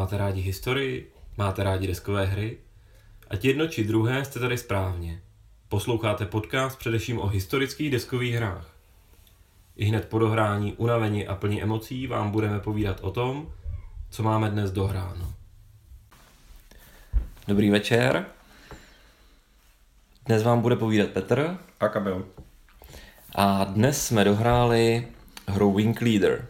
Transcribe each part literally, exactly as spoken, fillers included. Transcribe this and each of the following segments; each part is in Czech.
Máte rádi historii? Máte rádi deskové hry? Ať jedno či druhé jste tady správně. Posloucháte podcast především o historických deskových hrách. I hned po dohrání, unavení a plní emocí vám budeme povídat o tom, co máme dnes dohráno. Dobrý večer. Dnes vám bude povídat Petr. A Kamil. A dnes jsme dohráli hru Wing Leader.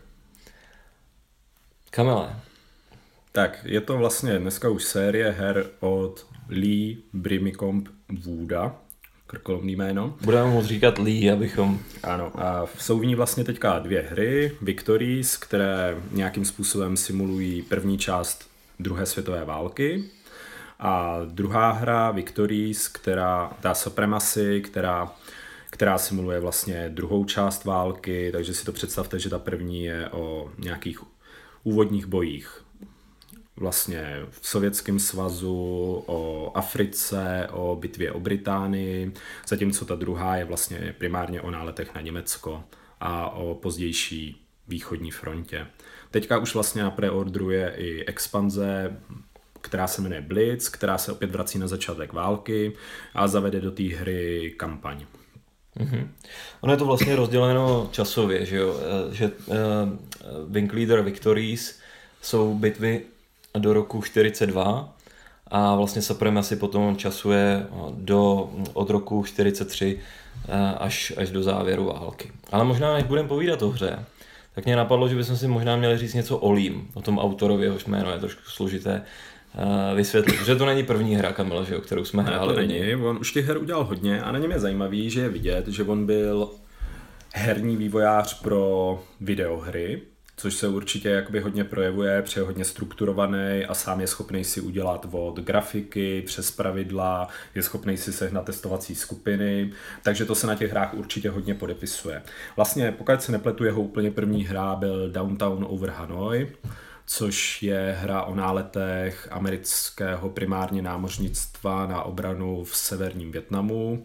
Kamile. Tak, je to vlastně dneska už série her od Lee Brimicombe Wooda, krkolomný jméno. Budeme moct říkat Lee, abychom... Ano, a jsou v ní vlastně teďka dvě hry, Victories, které nějakým způsobem simulují první část druhé světové války. A druhá hra, Victories, která dá Supremacy, která, která simuluje vlastně druhou část války, takže si to představte, že ta první je o nějakých úvodních bojích. Vlastně v Sovětském svazu, o Africe, o bitvě o Británii, zatímco ta druhá je vlastně primárně o náletech na Německo a o pozdější východní frontě. Teďka už vlastně na preordru je i expanze, která se jmenuje Blitz, která se opět vrací na začátek války a zavede do té hry kampaň. Mm-hmm. Ono je to vlastně rozděleno časově, že jo, že uh, Wing Leader Victories jsou bitvy do roku čtyřicet dva a vlastně Supremacy potom časuje do, od roku čtyřicet tři až, až do závěru války. Ale možná, než budeme povídat o hře, tak mě napadlo, že bychom si možná měli říct něco o Leem, o tom autorovi, jehož jméno je trošku složité vysvětlit, že to není první hra, Kamil, že jo, kterou jsme hráli. To není, on už těch her udělal hodně a na něm je zajímavý, že je vidět, že on byl herní vývojář pro videohry, což se určitě jakoby hodně projevuje, protože je hodně strukturovaný a sám je schopný si udělat od grafiky přes pravidla, je schopný si sehnat testovací skupiny, takže to se na těch hrách určitě hodně podepisuje. Vlastně, pokud se nepletu, jeho úplně první hra byl Downtown Over Hanoi, což je hra o náletech amerického primárně námořnictva na obranu v severním Vietnamu.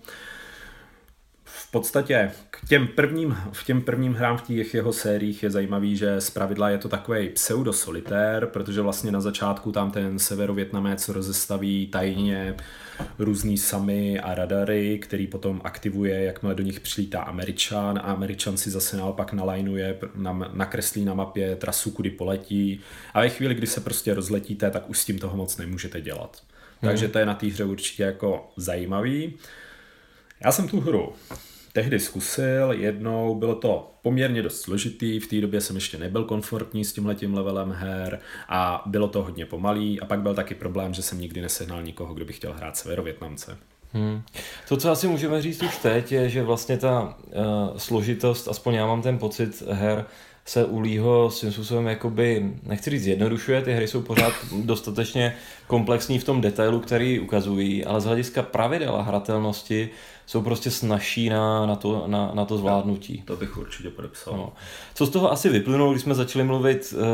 V podstatě k těm prvním, v těm prvním hrám v těch jeho sériích je zajímavý, že zpravidla je to takovej pseudo-solitér, protože vlastně na začátku tam ten severovětnamec rozestaví tajně různý samy a radary, který potom aktivuje, jakmile do nich přilítá Američan a Američan si zase naopak nalajnuje, nakreslí na mapě trasu, kudy poletí a ve chvíli, kdy se prostě rozletíte, tak už s tím toho moc nemůžete dělat. Hmm. Takže to je na té hře určitě jako zajímavý. Já jsem tu hru tehdy zkusil jednou, bylo to poměrně dost složitý, v té době jsem ještě nebyl komfortní s tímhletím levelem her a bylo to hodně pomalý a pak byl taky problém, že jsem nikdy nesehnal nikoho, kdo by chtěl hrát severovětnamce. Hmm. To, co asi můžeme říct už teď, je, že vlastně ta uh, složitost, aspoň já mám ten pocit her, se u Leeho svým způsobem jakoby, nechci říct zjednodušuje, ty hry jsou pořád dostatečně komplexní v tom detailu, který ukazují, ale z hlediska pravidel a hratelnosti jsou prostě snazší na, na, to, na, na to zvládnutí. To bych určitě podepsal. No. Co z toho asi vyplynulo, když jsme začali mluvit uh,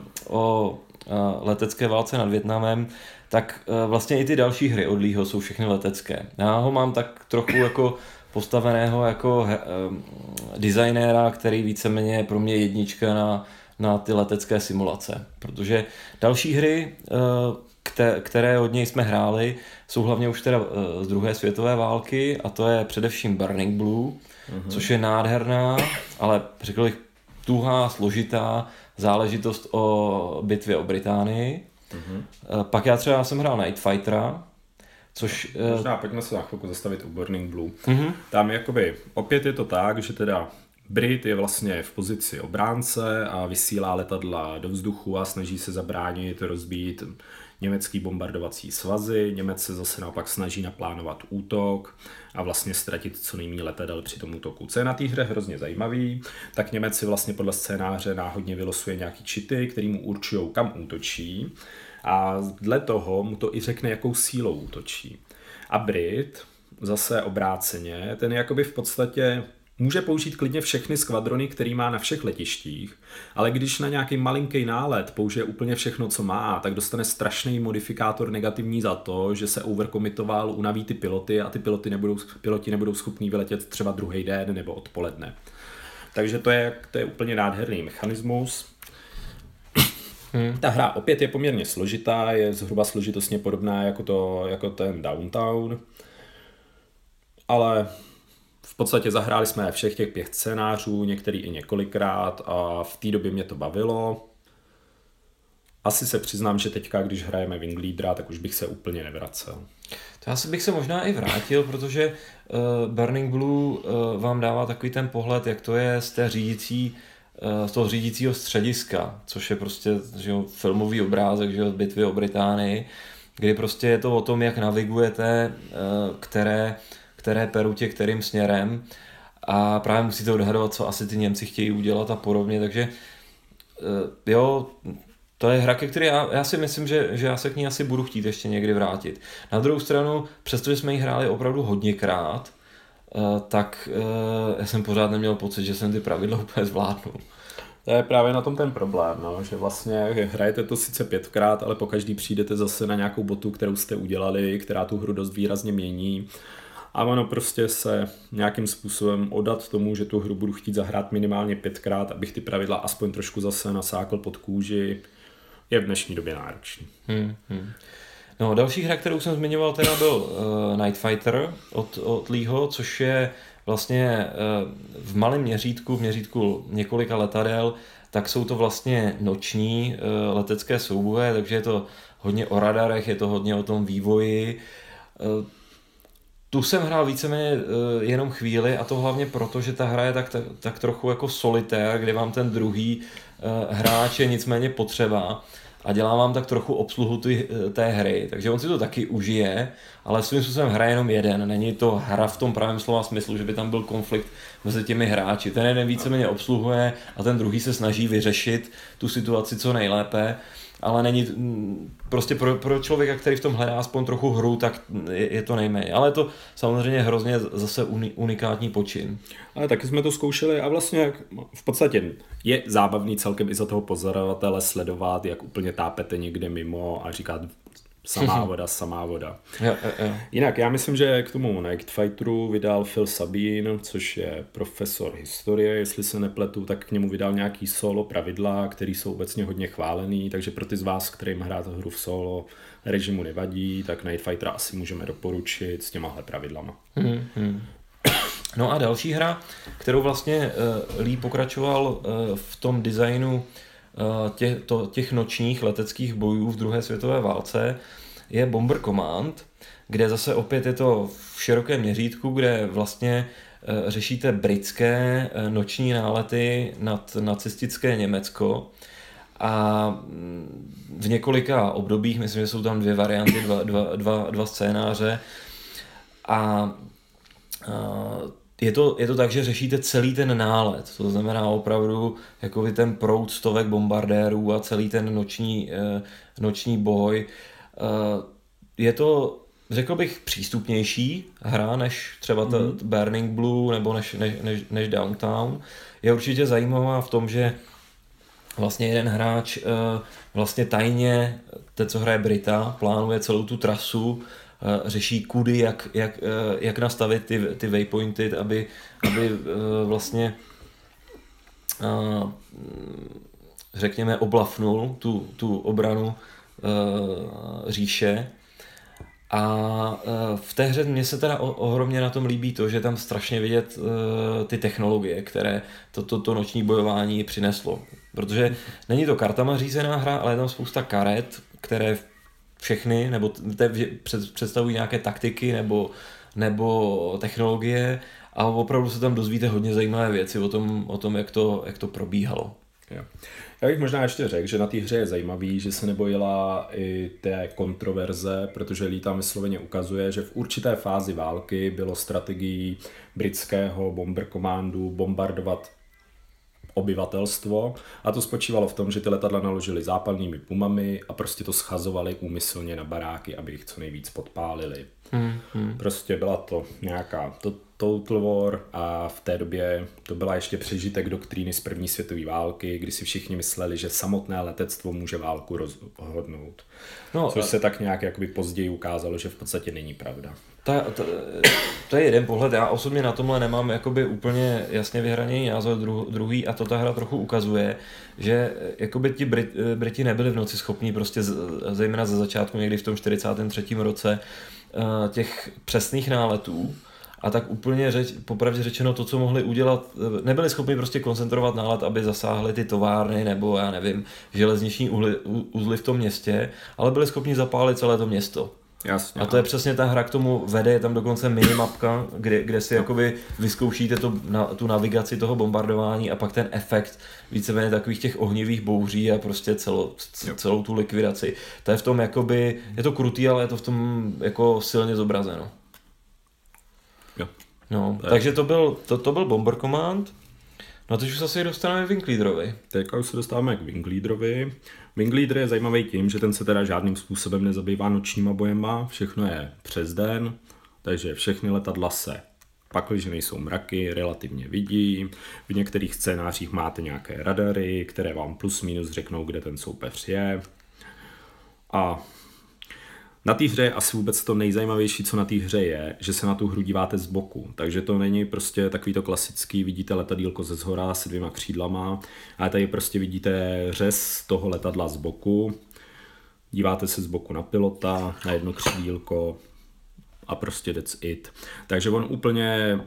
o uh, letecké válce nad Vietnamem, tak uh, vlastně i ty další hry od Leeho jsou všechny letecké. Já ho mám tak trochu jako postaveného jako he, uh, designéra, který víceméně je pro mě jednička na, na ty letecké simulace. Protože další hry, uh, které, které od něj jsme hráli, jsou hlavně už teda uh, z druhé světové války a to je především Burning Blue, uh-huh. což je nádherná, ale řekl bych tuhá, složitá záležitost o bitvě o Británii. Uh-huh. Uh, pak já třeba jsem hrál Night Fightera, což... Uh... Možná pojďme se na chvilku zastavit u Burning Blue. Uh-huh. Tam jakoby, opět je to tak, že teda Brit je vlastně v pozici obránce a vysílá letadla do vzduchu a snaží se zabránit, rozbít německý bombardovací svazy. Němec se zase naopak snaží naplánovat útok a vlastně ztratit co nejméně letadel při tom útoku. Co je na té hře hrozně zajímavý, tak Němec si vlastně podle scénáře náhodně vylosuje nějaký čity, který mu určují, kam útočí a dle toho mu to i řekne, jakou sílou útočí. A Brit zase obráceně, ten jakoby v podstatě může použít klidně všechny skvadrony, který má na všech letištích, ale když na nějaký malinký nálet použije úplně všechno, co má, tak dostane strašný modifikátor negativní za to, že se overcommitoval, unaví ty piloty a ty piloty nebudou, piloti nebudou schopní vyletět třeba druhý den nebo odpoledne. Takže to je, to je úplně nádherný mechanismus. Hmm. Ta hra opět je poměrně složitá, je zhruba složitostně podobná jako, to, jako ten Downtown, ale v podstatě zahráli jsme všech těch pět scénářů, některý i několikrát a v té době mě to bavilo. Asi se přiznám, že teďka, když hrajeme Wing Leadera, tak už bych se úplně nevracel. To asi bych se možná i vrátil, protože uh, Burning Blue uh, vám dává takový ten pohled, jak to je z té řídící, uh, z toho řídícího střediska, což je prostě že jo, filmový obrázek, že jo, bitvy o Británii, kdy prostě je to o tom, jak navigujete, uh, které, které perutě, kterým směrem a právě musíte odhadovat, co asi ty Němci chtějí udělat a podobně, takže uh, jo, to je hra, ke které já, já si myslím, že, že já se k ní asi budu chtít ještě někdy vrátit. Na druhou stranu, přestože jsme ji hráli opravdu hodněkrát, uh, tak uh, já jsem pořád neměl pocit, že jsem ty pravidla úplně zvládnul. To je právě na tom ten problém, no, že vlastně hrajete to sice pětkrát, ale pokaždý přijdete zase na nějakou botu, kterou jste udělali, která tu hru dost výrazně mění. A ono prostě se nějakým způsobem odat tomu, že tu hru budu chtít zahrát minimálně pětkrát, abych ty pravidla aspoň trošku zase nasákl pod kůži, je v dnešní době náročný. Hmm, hmm. No, další hra, kterou jsem zmiňoval, teda byl uh, Night Fighter od, od Leeho, což je vlastně uh, v malém měřítku, v měřítku několika letadel, tak jsou to vlastně noční uh, letecké souboje, takže je to hodně o radarech, je to hodně o tom vývoji. Uh, tu jsem hrál víceméně uh, jenom chvíli a to hlavně proto, že ta hra je tak, tak, tak trochu jako solitér, kde vám ten druhý uh, hráč je nicméně potřeba a dělá vám tak trochu obsluhu ty, té hry, takže on si to taky užije, ale svým způsobem hraje jenom jeden, není to hra v tom pravém slova smyslu, že by tam byl konflikt mezi těmi hráči, ten jeden víceméně obsluhuje a ten druhý se snaží vyřešit tu situaci co nejlépe, ale není prostě pro, pro člověka, který v tom hledá aspoň trochu hru, tak je, je to nejméně. Ale je to samozřejmě hrozně zase uni, unikátní počin. Ale taky jsme to zkoušeli a vlastně v podstatě je zábavný celkem i za toho pozorovatele sledovat, jak úplně tápete někde mimo a říkat samá voda, samá voda. Jo, jo, jo. Jinak já myslím, že k tomu Night Fighteru vydal Phil Sabine, což je profesor historie, jestli se nepletu, tak k němu vydal nějaký solo pravidla, které jsou obecně hodně chválený, takže pro ty z vás, kterým hrát hru v solo režimu nevadí, tak Night Fightera asi můžeme doporučit s těmahle pravidlama. Hmm, hmm. No a další hra, kterou vlastně uh, Lee pokračoval uh, v tom designu Těch, to, těch nočních leteckých bojů v druhé světové válce, je Bomber Command, kde zase opět je to v širokém měřítku, kde vlastně e, řešíte britské e, noční nálety nad nacistické Německo a v několika obdobích, myslím, že jsou tam dvě varianty, dva, dva, dva, dva scénáře a, a Je to, je to tak, že řešíte celý ten nálet, to znamená opravdu jako by ten proud stovek bombardérů a celý ten noční, eh, noční boj. Eh, je to, řekl bych, přístupnější hra než třeba ta mm. Burning Blue nebo než, než, než, než Downtown. Je určitě zajímavá v tom, že vlastně jeden hráč eh, vlastně tajně, ten co hraje Brita, plánuje celou tu trasu, řeší kudy, jak, jak, jak nastavit ty, ty waypointy, aby, aby vlastně řekněme oblafnul tu, tu obranu říše. A v té hře mně se teda ohromně na tom líbí to, že tam strašně vidět ty technologie, které to, to, to noční bojování přineslo. Protože není to kartama řízená hra, ale je tam spousta karet, které všechny, nebo představují nějaké taktiky nebo, nebo technologie a opravdu se tam dozvíte hodně zajímavé věci o tom, o tom jak, to, jak to probíhalo. Jo. Já bych možná ještě řekl, že na té hře je zajímavý, že se nebojila i té kontroverze, protože Lee tam vysloveně ukazuje, že v určité fázi války bylo strategií britského bomber commandu bombardovat obyvatelstvo a to spočívalo v tom, že ty letadla naložily zápalnými pumami a prostě to schazovali úmyslně na baráky, aby jich co nejvíc podpálili. Hmm, hmm. Prostě byla to nějaká, to, Total War a v té době to byla ještě přežitek doktríny z první světové války, kdy si všichni mysleli, že samotné letectvo může válku rozhodnout. No, což a... se tak nějak jakoby později ukázalo, že v podstatě není pravda. Ta, ta, to je jeden pohled, já osobně na tomhle nemám jakoby úplně jasně vyhraněný názor, dru, druhý a to ta hra trochu ukazuje, že jakoby ti Brit, Briti nebyli v noci schopní prostě z, zejména ze začátku někdy v tom čtyřicátém třetím roce těch přesných náletů a tak úplně řeč, popravdě řečeno to, co mohli udělat, nebyli schopni prostě koncentrovat nálet, aby zasáhli ty továrny nebo já nevím, železniční uzly, uzly v tom městě, ale byli schopni zapálit celé to město. Jasně. A to je přesně ta hra k tomu vede, je tam dokonce minimapka, kde, kde si no. jakoby vyzkoušíte to, na, tu navigaci toho bombardování a pak ten efekt víceméně takových těch ohnivých bouří a prostě celo, celou tu likvidaci. To je v tom jakoby, je to krutý, ale je to v tom jako silně zobrazeno. Jo. No, to takže to byl, to, to byl Bomber Command. No a teď už se dostaneme k Wing Leaderovi. Teďka už se dostáváme k Wing Leaderovi. Wing Leader je zajímavý tím, že ten se teda žádným způsobem nezabývá nočníma bojema, všechno je přes den, takže všechny letadla se, pakliže nejsou mraky, relativně vidí. V některých scénářích máte nějaké radary, které vám plus minus řeknou, kde ten soupeř je. A na té hře je asi vůbec to nejzajímavější, co na té hře je, že se na tu hru díváte z boku. Takže to není prostě takový to klasický, vidíte letadýlko ze zhora s dvěma křídlama, ale tady prostě vidíte řez toho letadla z boku, díváte se z boku na pilota, na jedno křídílko a prostě that's it. Takže on úplně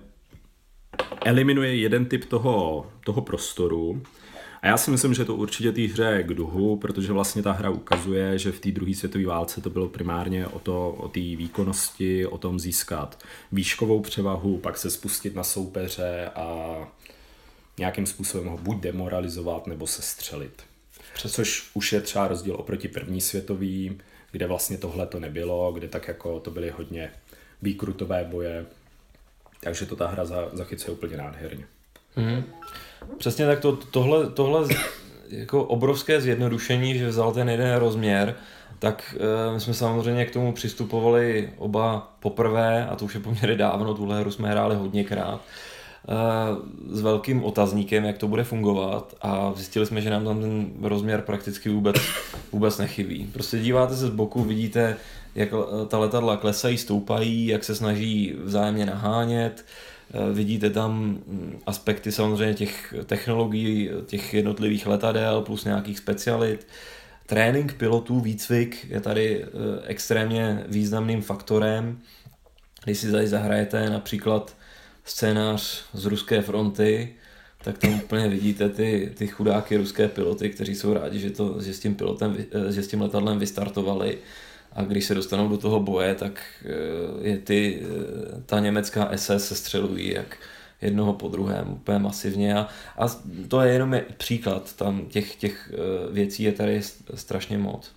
eliminuje jeden typ toho, toho prostoru. A já si myslím, že to určitě té hře je k duhu, protože vlastně ta hra ukazuje, že v té druhé světové válce to bylo primárně o to, o té výkonnosti, o tom získat výškovou převahu, pak se spustit na soupeře a nějakým způsobem ho buď demoralizovat, nebo se střelit. Což už je třeba rozdíl oproti první světový, kde vlastně tohle to nebylo, kde tak jako to byly hodně výkrutové boje. Takže to ta hra zachycuje úplně nádherně. Mm. Přesně tak to, tohle, tohle jako obrovské zjednodušení, že vzal ten jeden rozměr, tak e, my jsme samozřejmě k tomu přistupovali oba poprvé a to už je poměrně dávno, tuhle hru jsme hráli hodněkrát e, s velkým otazníkem, jak to bude fungovat a zjistili jsme, že nám tam ten rozměr prakticky vůbec, vůbec nechybí. Prostě díváte se z boku, vidíte, jak ta letadla klesají, stoupají, jak se snaží vzájemně nahánět. Vidíte tam aspekty samozřejmě těch technologií, těch jednotlivých letadel plus nějakých specialit. Trénink pilotů, výcvik je tady extrémně významným faktorem. Když si tady zahrajete například scénář z ruské fronty, tak tam úplně vidíte ty, ty chudáky ruské piloty, kteří jsou rádi, že, to, že, s tím pilotem, že s tím letadlem vystartovali. A když se dostanou do toho boje, tak je ty, ta německá S S se střelují jak jednoho po druhém, úplně masivně. A, a to je jenom příklad, tam těch, těch věcí je tady strašně moc.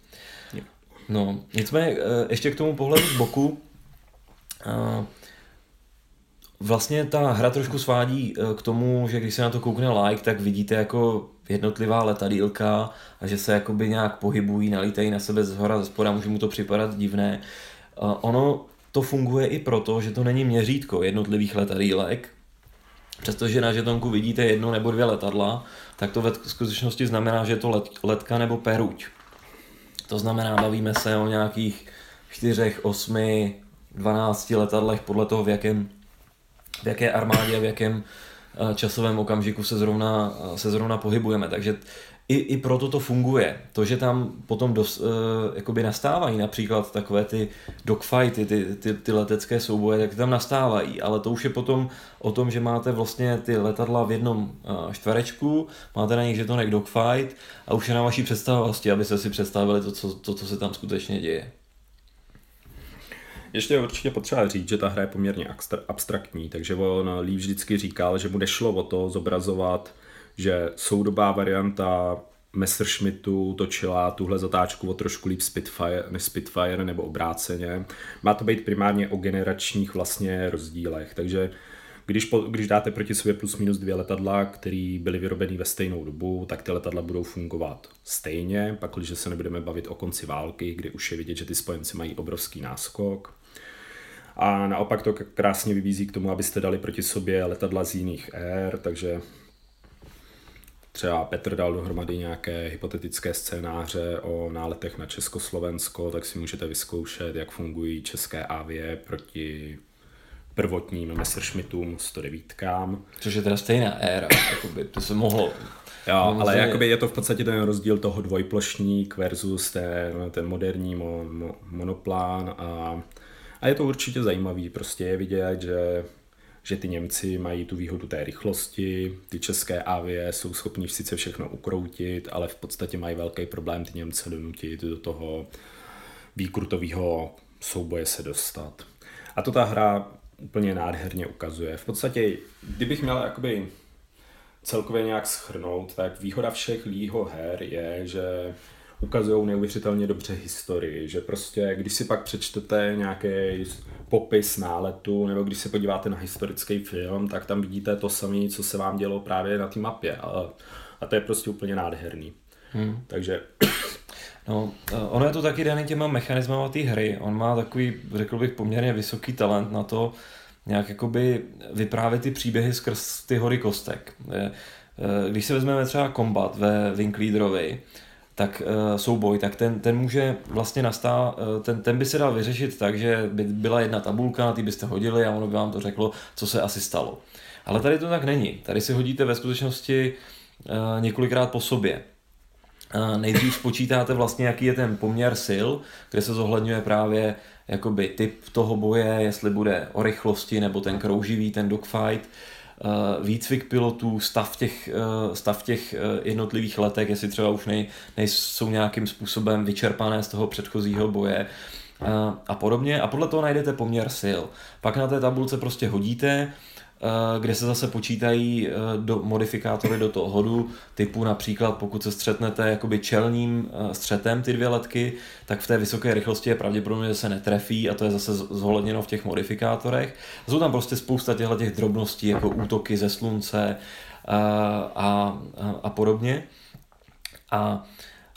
No, nicméně ještě k tomu pohledu z boku. Vlastně ta hra trošku svádí k tomu, že když se na to koukne like, tak vidíte jako jednotlivá letadýlka a že se jakoby nějak pohybují, nalítají na sebe zhora, ze spoda, může mu to připadat divné. Ono to funguje i proto, že to není měřítko jednotlivých letadýlek. Přestože na žetonku vidíte jedno nebo dvě letadla, tak to ve skutečnosti znamená, že je to let, letka nebo peruť. To znamená, bavíme se o nějakých čtyřech, osmi, dvanácti letadlech podle toho, v jakém v jaké armádě a v jakém časovém okamžiku se zrovna, se zrovna pohybujeme. Takže i, i proto to funguje. To, že tam potom dos, uh, jakoby nastávají například takové ty dogfighty, ty, ty, ty letecké souboje, tak tam nastávají, ale to už je potom o tom, že máte vlastně ty letadla v jednom uh, čtverečku, máte na nich žetonek dogfight a už je na vaší představosti, abyste si představili to, co, to, co se tam skutečně děje. Ještě je určitě potřeba říct, že ta hra je poměrně abstraktní, takže on Lee vždycky říkal, že mu nešlo o to zobrazovat, že soudobá varianta Messerschmittu točila tuhle zatáčku o trošku líp Spitfire, než Spitfire nebo obráceně. Má to být primárně o generačních vlastně rozdílech, takže když, po, když dáte proti sobě plus minus dvě letadla, které byly vyrobeny ve stejnou dobu, tak ty letadla budou fungovat stejně, pak když se nebudeme bavit o konci války, kdy už je vidět, že ty spojenci mají obrovský náskok. A naopak to krásně vybízí k tomu, abyste dali proti sobě letadla z jiných ér, takže třeba Petr dal dohromady nějaké hypotetické scénáře o náletech na Československo, tak si můžete vyzkoušet, jak fungují české Avie proti prvotním Messerschmittům sto devět. Což je teda stejná éra, jakoby, to se mohlo... Jo, ale jakoby je to v podstatě ten rozdíl toho dvojplošník versus ten, ten moderní mo, mo, monoplán a, a je to určitě zajímavý, prostě je vidět, že, že ty Němci mají tu výhodu té rychlosti, ty české Avie jsou schopni sice všechno ukroutit, ale v podstatě mají velký problém ty Němce donutit do toho výkrutového souboje se dostat. A to ta hra úplně nádherně ukazuje. V podstatě, kdybych měl jakoby celkově nějak shrnout, tak výhoda všech Leeho her je, že ukazují neuvěřitelně dobře historii, že prostě, když si pak přečtete nějaký popis náletu, nebo když se podíváte na historický film, tak tam vidíte to samé, co se vám dělo právě na té mapě. A, a to je prostě úplně nádherný. Hmm. Takže... No, ono je to taky daný těma mechanismama té hry. On má takový, řekl bych, poměrně vysoký talent na to, nějak jakoby vyprávět ty příběhy skrz ty hory kostek. Když se vezmeme třeba kombat ve Wing Leaderovi, tak souboj, tak ten, ten může vlastně nastat, ten, ten by se dal vyřešit tak, že by byla jedna tabulka, na ty byste hodili a ono by vám to řeklo, co se asi stalo. Ale tady to tak není. Tady si hodíte ve skutečnosti několikrát po sobě. Nejdřív spočítáte vlastně, jaký je ten poměr sil, kde se zohledňuje právě jakoby typ toho boje, jestli bude o rychlosti nebo ten krouživý, ten dogfight, výcvik pilotů, stav těch, stav těch jednotlivých letek, jestli třeba už nej, nejsou nějakým způsobem vyčerpané z toho předchozího boje a podobně. A podle toho najdete poměr sil. Pak na té tabulce prostě hodíte, kde se zase počítají do modifikátory do toho hodu, typu například pokud se střetnete jakoby čelním střetem ty dvě letky, tak v té vysoké rychlosti je pravděpodobně, že se netrefí a to je zase zohledněno v těch modifikátorech. Jsou tam prostě spousta těchto těch drobností, jako útoky ze slunce a, a, a podobně. A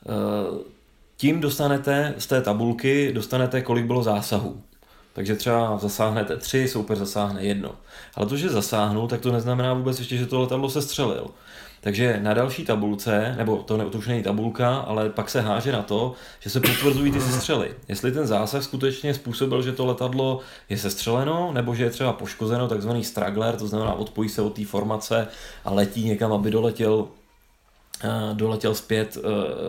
tím dostanete z té tabulky, dostanete, kolik bylo zásahů. Takže třeba zasáhnete tři, soupeř zasáhne jedno. Ale to, že zasáhnul, tak to neznamená vůbec ještě, že to letadlo se střelil. Takže na další tabulce, nebo to, ne, to už není tabulka, ale pak se háže na to, že se potvrzují ty sestřely. Jestli ten zásah skutečně způsobil, že to letadlo je sestřeleno, nebo že je třeba poškozeno, takzvaný straggler, to znamená odpojí se od té formace a letí někam, aby doletěl, doletěl zpět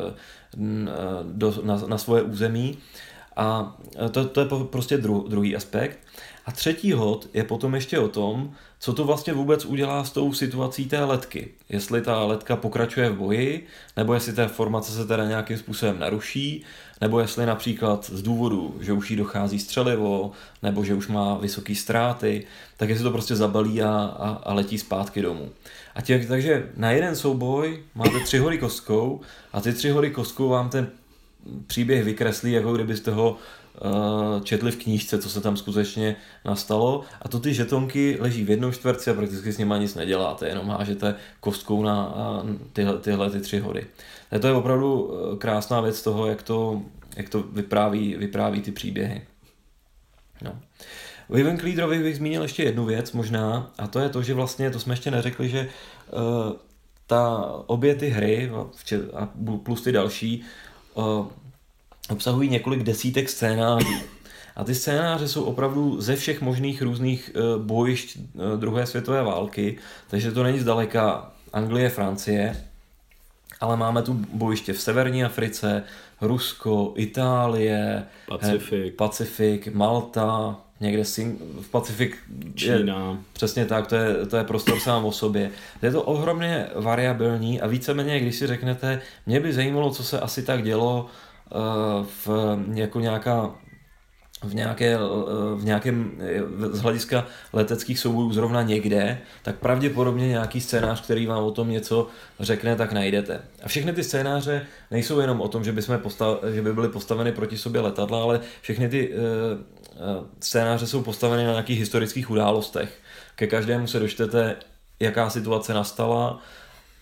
do, na, na svoje území. A to, to je prostě dru, druhý aspekt. A třetí hod je potom ještě o tom, co to vlastně vůbec udělá s tou situací té letky. Jestli ta letka pokračuje v boji, nebo jestli ta formace se teda nějakým způsobem naruší, nebo jestli například z důvodu, že už jí dochází střelivo, nebo že už má vysoké ztráty, tak jestli to prostě zabalí a, a, a letí zpátky domů. A tě, takže na jeden souboj máte tři hory kostkou a ty tři hory kostkou vám ten příběh vykreslí, jako kdybyste ho uh, četli v knížce, co se tam skutečně nastalo. A to ty žetonky leží v jednom čtverci a prakticky s nima nic neděláte, jenom hážete kostkou na uh, tyhle, tyhle ty tři hory. To je opravdu krásná věc toho, jak to, jak to vypráví, vypráví ty příběhy. No. V Wing Leaderovi bych zmínil ještě jednu věc možná, a to je to, že vlastně, to jsme ještě neřekli, že uh, ta, obě ty hry a plus ty další Uh, obsahují několik desítek scénářů. A ty scénáře jsou opravdu ze všech možných různých uh, bojišť uh, druhé světové války, takže to není zdaleka Anglie, Francie, ale máme tu bojiště v severní Africe, Rusko, Itálie, Pacifik, Pacifik Malta, někde Sing- v Pacifik Čína. Je, přesně tak, to je, to je prostor sám o sobě. Je to ohromně variabilní a víceméně, když si řeknete, mě by zajímalo, co se asi tak dělo uh, v, jako nějaká, v, nějaké, v nějakém z hlediska leteckých soubojů zrovna někde, tak pravděpodobně nějaký scénář, který vám o tom něco řekne, tak najdete. A všechny ty scénáře nejsou jenom o tom, že by, jsme postav, že by byly postaveny proti sobě letadla, ale všechny ty uh, scénáře jsou postaveny na nějakých historických událostech. Ke každému se dočtete, jaká situace nastala,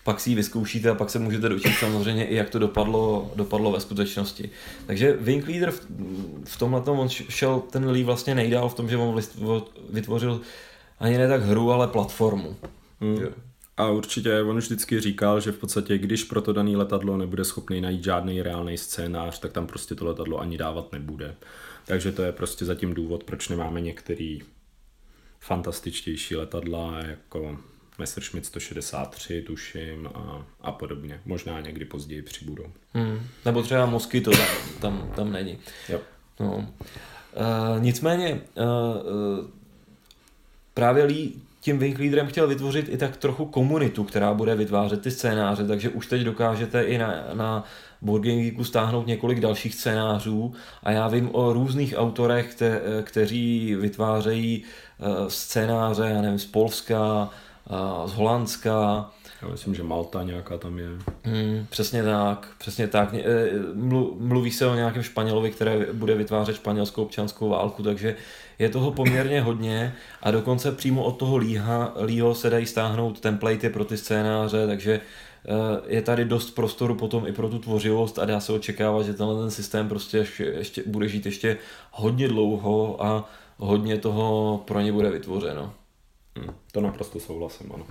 pak si ji vyzkoušíte a pak se můžete dočít samozřejmě i jak to dopadlo, dopadlo ve skutečnosti. Takže Wing Leader v, v tomhletom on šel ten Lee vlastně nejdál v tom, že on vytvořil ani ne tak hru, ale platformu. Hmm. A určitě on už vždycky říkal, že v podstatě, když pro to dané letadlo nebude schopný najít žádný reálný scénář, tak tam prostě to letadlo ani dávat nebude. Takže to je prostě zatím důvod, proč nemáme některý fantastičtější letadla, jako Messerschmitt sto šedesát tři, tuším, a, a podobně. Možná někdy později přibudou. Hmm. Nebo třeba Mosquito tam, tam, tam není. Jo. No. Uh, nicméně uh, uh, právě Lee tím Wing Leaderem chtěl vytvořit i tak trochu komunitu, která bude vytvářet ty scénáře, takže už teď dokážete i na, na Board Game Geeku stáhnout několik dalších scénářů a já vím o různých autorech, kte, kteří vytvářejí uh, scénáře, já nevím, z Polska, uh, z Holandska. Já myslím, že Malta nějaká tam je. Hmm, přesně tak, přesně tak. Mluví se o nějakém Španělovi, který bude vytvářet španělskou občanskou válku, takže je toho poměrně hodně a dokonce přímo od toho Leeha, Leeho se dají stáhnout templatey pro ty scénáře, takže je tady dost prostoru potom i pro tu tvořivost a dá se očekávat, že tenhle ten systém prostě ještě, ještě bude žít ještě hodně dlouho a hodně toho pro ně bude vytvořeno. Hmm, to naprosto souhlasím, ano.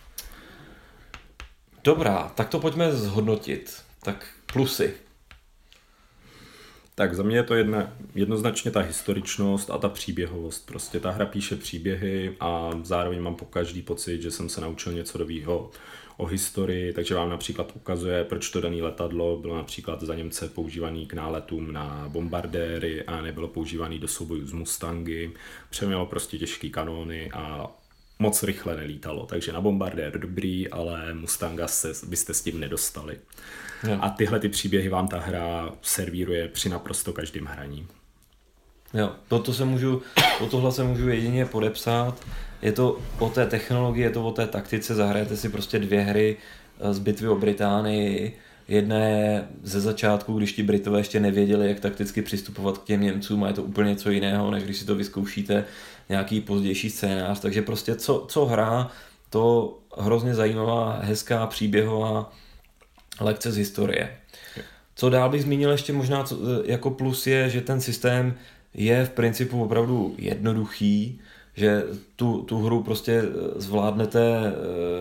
Dobrá, tak to pojďme zhodnotit. Tak plusy. Tak za mě je to jedna, jednoznačně ta historičnost a ta příběhovost. Prostě ta hra píše příběhy a zároveň mám po každý pocit, že jsem se naučil něco nového o historii, takže vám například ukazuje, proč to dané letadlo bylo například za Němce používaný k náletům na bombardéry a nebylo používaný do soubojů z Mustangy. Přemělo prostě těžké kanóny a moc rychle nelítalo, takže na bombardér dobrý, ale Mustanga se, byste s tím nedostali. Jo. A tyhle ty příběhy vám ta hra servíruje při naprosto každém hraní. Jo, to se můžu, o tohle se můžu jedině podepsat. Je to o té technologii, je to o té taktice, zahrajete si prostě dvě hry z bitvy o Británii. Jedna je ze začátku, když ti Britové ještě nevěděli, jak takticky přistupovat k těm Němcům a je to úplně něco jiného, než když si to vyzkoušíte nějaký pozdější scénář. Takže prostě co, co hra, to hrozně zajímavá, hezká, příběhová lekce z historie. Co dál bych zmínil ještě možná co, jako plus je, že ten systém je v principu opravdu jednoduchý, že tu, tu hru prostě zvládnete,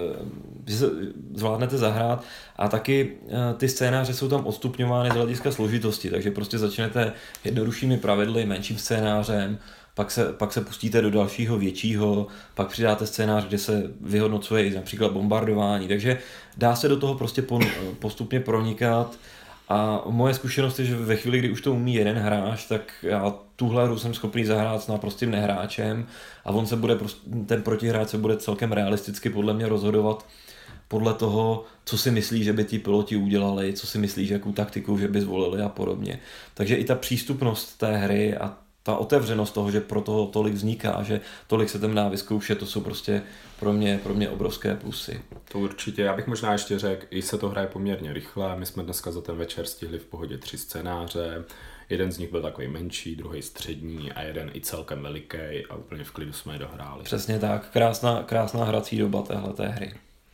zvládnete zahrát a taky ty scénáře jsou tam odstupňovány z hlediska složitosti, takže prostě začnete jednoduššími pravidly, menším scénářem, pak se, pak se pustíte do dalšího většího, pak přidáte scénář, kde se vyhodnocuje i například bombardování, takže dá se do toho prostě postupně pronikat. A moje zkušenost je, že ve chvíli, kdy už to umí jeden hráč, tak já tuhle hru jsem schopný zahrát s naprostým nehráčem a on se bude, ten protihráč se bude celkem realisticky podle mě rozhodovat podle toho, co si myslí, že by ti piloti udělali, co si myslí, že jakou taktiku, že by zvolili a podobně. Takže i ta přístupnost té hry a ta otevřenost toho, že pro toho tolik vzniká, že tolik se tam dá vyzkoušet, to jsou prostě pro mě, pro mě obrovské plusy. To určitě, já bych možná ještě řekl, i se to hraje poměrně rychle, my jsme dneska za ten večer stihli v pohodě tři scénáře, jeden z nich byl takový menší, druhý střední a jeden i celkem veliký a úplně v klidu jsme je dohráli. Přesně tak, krásná, krásná hrací doba téhleté hry.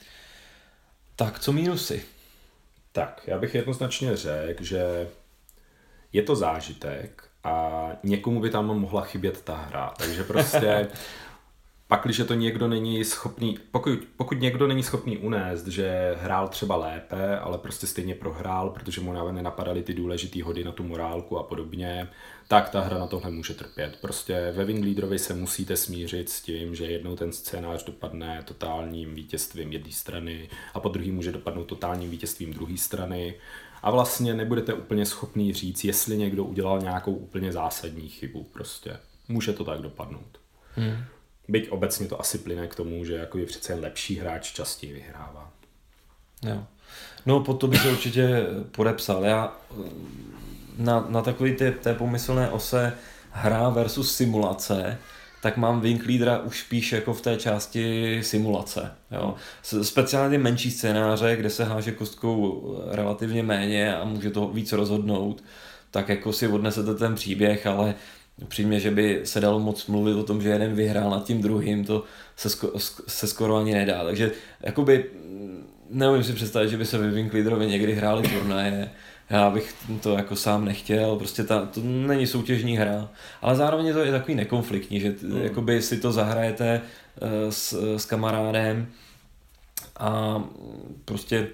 Tak, co mínusy? Tak, já bych jednoznačně řekl, že je to zážitek, a někomu by tam mohla chybět ta hra. Takže prostě pak, když to někdo není schopný, pokud, pokud někdo není schopný unést, že hrál třeba lépe, ale prostě stejně prohrál, protože mu nenapadaly ty důležitý hody na tu morálku a podobně, tak ta hra na tohle může trpět. Prostě ve Wing Leaderovi se musíte smířit s tím, že jednou ten scénář dopadne totálním vítězstvím jedné strany a po druhý může dopadnout totálním vítězstvím druhé strany. A vlastně nebudete úplně schopný říct, jestli někdo udělal nějakou úplně zásadní chybu. Prostě může to tak dopadnout. Hmm. Byť obecně to asi plyne k tomu, že jako je přece lepší hráč častěji vyhrává. Jo. No pod to by se určitě podepsal. Já na, na takový té, té pomyslné ose hra versus simulace, tak mám Wing Leadera už spíš jako v té části simulace. Jo. Speciálně menší scénáře, kde se háže kostkou relativně méně a může to víc rozhodnout, tak jako si odnesete ten příběh, ale upřímně, že by se dalo moc mluvit o tom, že jeden vyhrál nad tím druhým, to se, sko- se skoro ani nedá. Takže jakoby neumím si představit, že by se ve Winkleaderovi někdy hráli turnaje. Já bych to jako sám nechtěl, prostě ta, to není soutěžní hra, ale zároveň je to je takový nekonfliktní, že mm. jakoby si to zahrajete uh, s, s kamarádem a prostě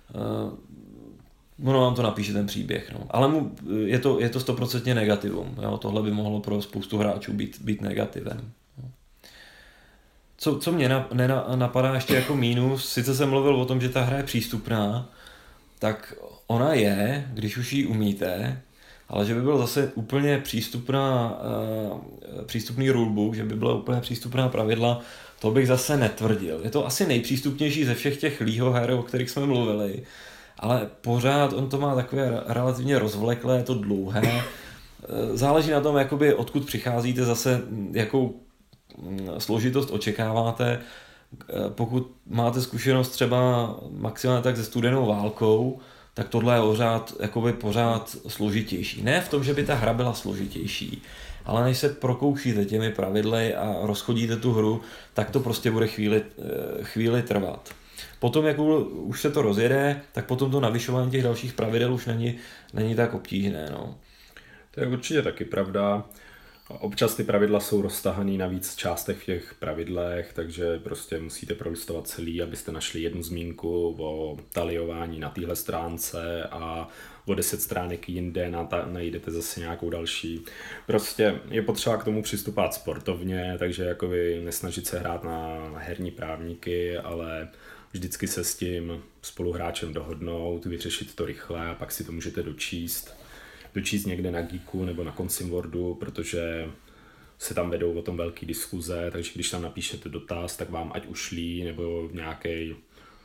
uh, ono vám to napíše ten příběh, no. Ale mu, je to je to stoprocentně negativum, jo? Tohle by mohlo pro spoustu hráčů být, být negativem. Co, co mě na, nena, napadá ještě jako mínus, sice jsem mluvil o tom, že ta hra je přístupná, tak ona je, když už ji umíte, ale že by byl zase úplně přístupná, uh, přístupný rulebook, že by byla úplně přístupná pravidla, to bych zase netvrdil. Je to asi nejpřístupnější ze všech těch League her, o kterých jsme mluvili, ale pořád on to má takové relativně rozvleklé, je to dlouhé. Záleží na tom, jakoby, odkud přicházíte, zase jakou složitost očekáváte. Pokud máte zkušenost třeba maximálně tak se studenou válkou, tak tohle je pořád, jakoby pořád složitější. Ne v tom, že by ta hra byla složitější, ale než se prokoušíte těmi pravidly a rozchodíte tu hru, tak to prostě bude chvíli, chvíli trvat. Potom, jak už se to rozjede, tak potom to navyšování těch dalších pravidel už není, není tak obtížné. No. To je určitě taky pravda. Občas ty pravidla jsou roztahaný na víc částech v těch pravidlech, takže prostě musíte prolistovat celý, abyste našli jednu zmínku o taliování na téhle stránce a o deset stránek jinde najdete zase nějakou další. Prostě je potřeba k tomu přistupovat sportovně, takže jakoby nesnažit se hrát na herní právníky, ale vždycky se s tím spoluhráčem dohodnout, vyřešit to rychle a pak si to můžete dočíst. dočíst někde na Geeku nebo na Consimwordu, protože se tam vedou o tom velký diskuze, takže když tam napíšete dotaz, tak vám ať ušlí nebo nějaký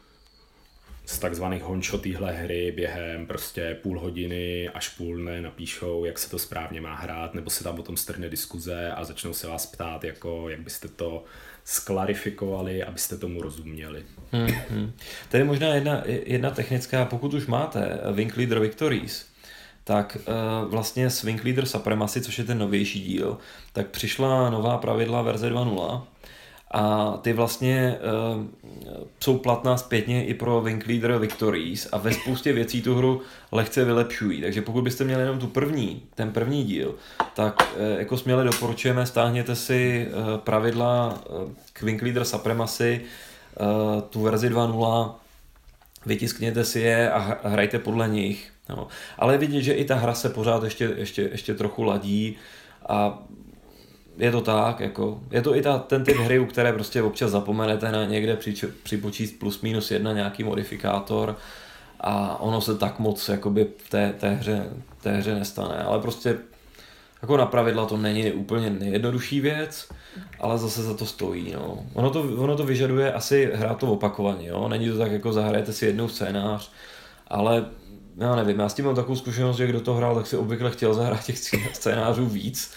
z takzvaných hončo téhle hry během prostě půl hodiny až půl dne napíšou, jak se to správně má hrát, nebo se tam o tom strhne diskuze a začnou se vás ptát, jako, jak byste to sklarifikovali, abyste tomu rozuměli. Hmm, hmm. Tady možná jedna, jedna technická, pokud už máte Winkleader Victories, tak uh, vlastně s Winkleader Supremacy, což je ten novější díl, tak přišla nová pravidla verze dva tečka nula a ty vlastně uh, jsou platná zpětně i pro Winkleader Victories a ve spoustě věcí tu hru lehce vylepšují. Takže pokud byste měli jenom tu první, ten první díl, tak uh, jako směle doporučujeme, stáhněte si uh, pravidla uh, k Winkleader Supremacy, uh, tu verzi dva tečka nula, vytiskněte si je a hrajte podle nich. No. Ale vidět, že i ta hra se pořád ještě, ještě, ještě trochu ladí a je to tak, jako, je to i ta, ten typ hry, u které prostě občas zapomenete na někde přič, připočíst plus minus jedna nějaký modifikátor a ono se tak moc jakoby v té, té, hře, té hře nestane, ale prostě jako na pravidla to není úplně nejjednodušší věc, ale zase za to stojí. No. Ono, to, ono to vyžaduje asi hrát to opakovaně, jo? Není to tak jako zahrajete si jednou scénář, ale já nevím, já s tím mám takovou zkušenost, že kdo to hrál, tak si obvykle chtěl zahrát těch scénářů víc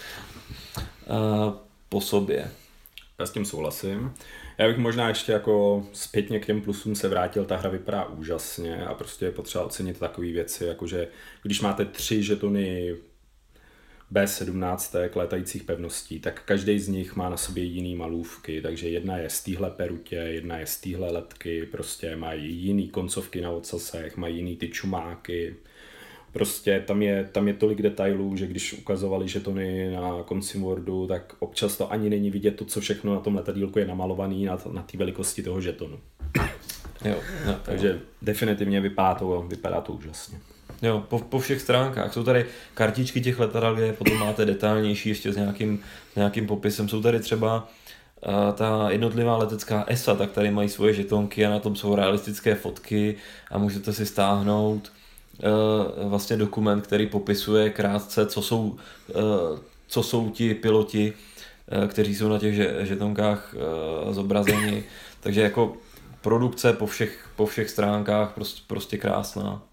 uh, po sobě. Já s tím souhlasím. Já bych možná ještě jako zpětně k těm plusům se vrátil, ta hra vypadá úžasně a prostě je potřeba ocenit takové věci, jakože když máte tři žetony bé sedmnáct létajících pevností, tak každý z nich má na sobě jiný malůvky, takže jedna je z téhle perutě, jedna je z téhle letky, prostě mají jiný koncovky na ocasech, mají jiný ty čumáky. Prostě tam je, tam je tolik detailů, že když ukazovali žetony na Consimwordu, tak občas to ani není vidět to, co všechno na tom letadílku je namalovaný na, na té velikosti toho žetonu. Jo, no, takže jo. Definitivně vypadá to, vypadá to úžasně. Jo, po, po všech stránkách. Jsou tady kartičky těch letadel, kde potom máte detailnější ještě s nějakým, s nějakým popisem. Jsou tady třeba uh, ta jednotlivá letecká E S A, tak tady mají svoje žetonky a na tom jsou realistické fotky a můžete si stáhnout uh, vlastně dokument, který popisuje krátce, co jsou, uh, co jsou ti piloti, uh, kteří jsou na těch žetonkách uh, zobrazeni. Takže jako produkce po všech, po všech stránkách prostě, prostě krásná.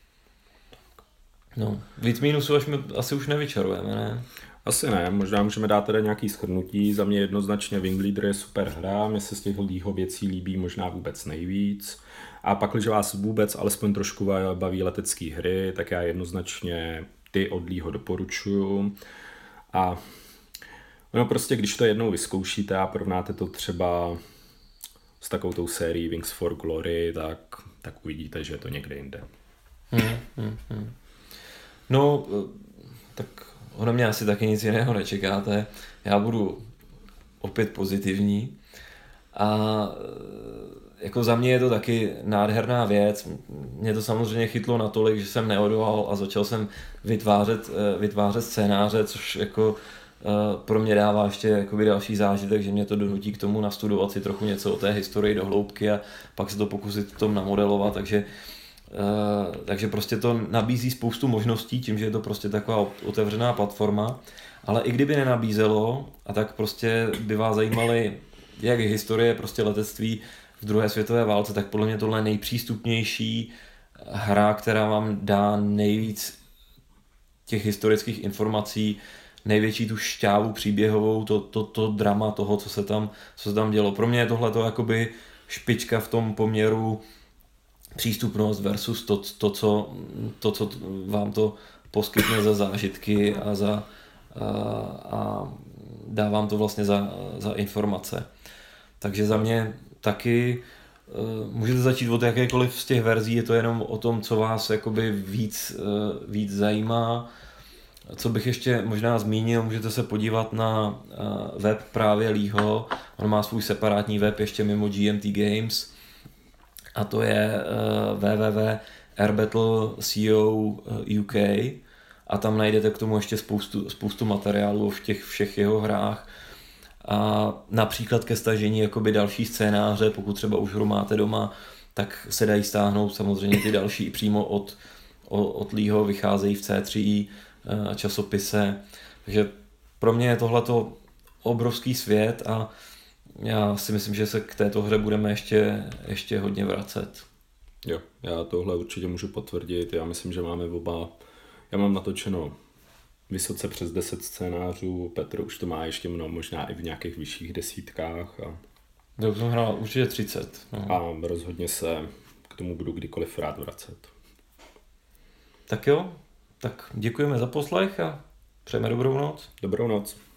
No, víc mínusů až my asi už nevyčarujeme, ne? Asi ne, možná můžeme dát teda nějaký shrnutí. Za mě jednoznačně Winkleader je super hra, mně se z těch League věcí líbí možná vůbec nejvíc. A pak, když vás vůbec alespoň trošku baví letecké hry, tak já jednoznačně ty od League doporučuju. A no prostě, když to jednou vyzkoušíte a porovnáte to třeba s takovou tou sérií Wings for Glory, tak, tak uvidíte, že je to někde jinde. Hmm, hmm, hmm. No, tak ode mě asi taky nic jiného nečekáte. Já budu opět pozitivní a jako za mě je to taky nádherná věc. Mě to samozřejmě chytlo natolik, že jsem neodolal a začal jsem vytvářet, vytvářet scénáře, což jako pro mě dává ještě jakoby další zážitek, že mě to donutí k tomu nastudovat si trochu něco o té historii do hloubky a pak se to pokusit v tom namodelovat, takže Uh, takže prostě to nabízí spoustu možností tím, že je to prostě taková otevřená platforma, ale i kdyby nenabízelo, a tak prostě by vás zajímaly jak historie prostě letectví v druhé světové válce, tak podle mě tohle je nejpřístupnější hra, která vám dá nejvíc těch historických informací, největší tu šťávu příběhovou, to, to, to drama toho, co se tam, co se tam dělo. Pro mě je tohle to jakoby špička v tom poměru přístupnost versus to, to, co, to, co vám to poskytne za zážitky a, za, a, a dá vám to vlastně za, za informace. Takže za mě taky můžete začít od jakékoliv z těch verzí, je to jenom o tom, co vás jakoby víc, víc zajímá. Co bych ještě možná zmínil, můžete se podívat na web právě Leeho, on má svůj separátní web ještě mimo G M T Games, a to je uh, w w w tečka airbattle tečka co U K a tam najdete k tomu ještě spoustu, spoustu materiálů v těch všech jeho hrách a například ke stažení jakoby další scénáře, pokud třeba už hru máte doma, tak se dají stáhnout samozřejmě ty další přímo od, od Leeho, vycházejí v C tři uh, časopise, takže pro mě je tohleto obrovský svět a já si myslím, že se k této hře budeme ještě, ještě hodně vracet. Jo, já tohle určitě můžu potvrdit. Já myslím, že máme oba, já mám natočeno vysoce přes deset scénářů, Petr už to má ještě mnoho, možná i v nějakých vyšších desítkách. A, já jsem hrál určitě třicet. No. A rozhodně se k tomu budu kdykoliv rád vracet. Tak jo, tak děkujeme za poslech a přejeme dobrou noc. Dobrou noc.